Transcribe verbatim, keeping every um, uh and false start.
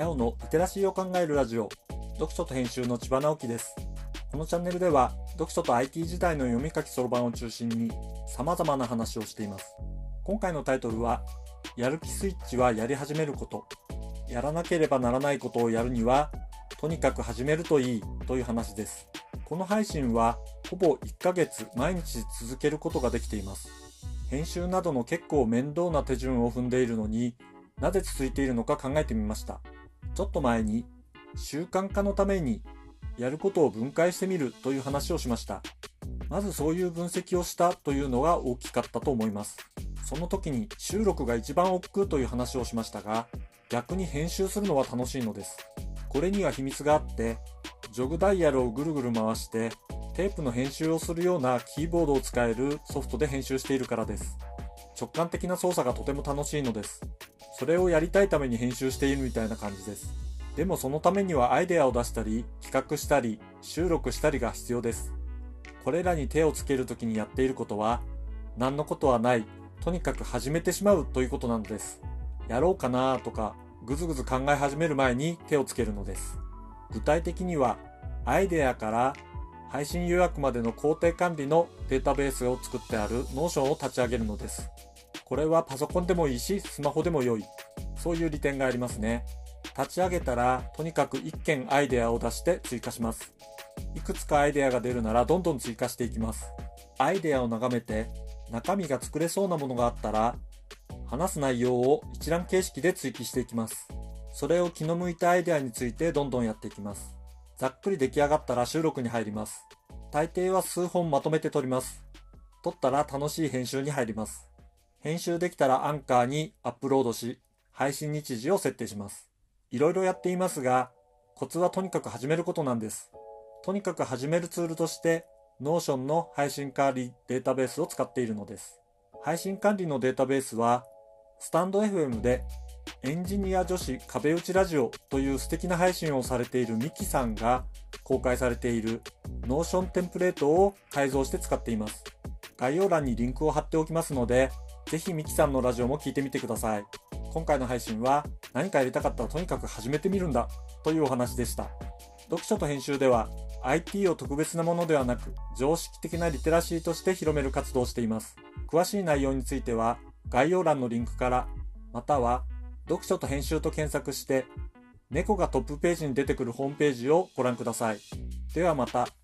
ヤオのリテラシーを考えるラジオ、読書と編集の千葉直樹です。このチャンネルでは読書と アイティー 時代の読み書きそろばんを中心に様々な話をしています。今回のタイトルは、やる気スイッチはやり始めること。やらなければならないことをやるには、とにかく始めるといいという話です。この配信はほぼいっかげつ毎日続けることができています。編集などの結構面倒な手順を踏んでいるのになぜ続いているのか考えてみました。ちょっと前に習慣化のためにやることを分解してみるという話をしました。まずそういう分析をしたというのが大きかったと思います。その時に収録が一番億劫という話をしましたが、逆に編集するのは楽しいのです。これには秘密があって、ジョグダイヤルをぐるぐる回してテープの編集をするようなキーボードを使えるソフトで編集しているからです。直感的な操作がとても楽しいのです。それをやりたいために編集しているみたいな感じです。でもそのためにはアイデアを出したり企画したり収録したりが必要です。これらに手をつけるときにやっていることは何のことはない、とにかく始めてしまうということなのです。やろうかなとかぐずぐず考え始める前に手をつけるのです。具体的にはアイデアから配信予約までの工程管理のデータベースを作ってある ノーション を立ち上げるのです。これはパソコンでもいいしスマホでも良い、そういう利点がありますね。立ち上げたらとにかくいっけんアイデアを出して追加します。いくつかアイデアが出るならどんどん追加していきます。アイデアを眺めて中身が作れそうなものがあったら話す内容を一覧形式で追記していきます。それを気の向いたアイデアについてどんどんやっていきます。ざっくり出来上がったら収録に入ります。大抵は数本まとめて撮ります。撮ったら楽しい編集に入ります。編集できたらアンカーにアップロードし、配信日時を設定します。いろいろやっていますが、コツはとにかく始めることなんです。とにかく始めるツールとして、ノーション の配信管理データベースを使っているのです。配信管理のデータベースは、スタンド エフエム でエンジニア女子壁打ちラジオという素敵な配信をされているミキさんが公開されている ノーション テンプレートを改造して使っています。概要欄にリンクを貼っておきますので、ぜひミキさんのラジオも聞いてみてください。今回の配信は何かやりたかったらとにかく始めてみるんだというお話でした。読書と編集では アイティー を特別なものではなく常識的なリテラシーとして広める活動をしています。詳しい内容については概要欄のリンクからまたは読書と編集と検索して猫がトップページに出てくるホームページをご覧ください。ではまた。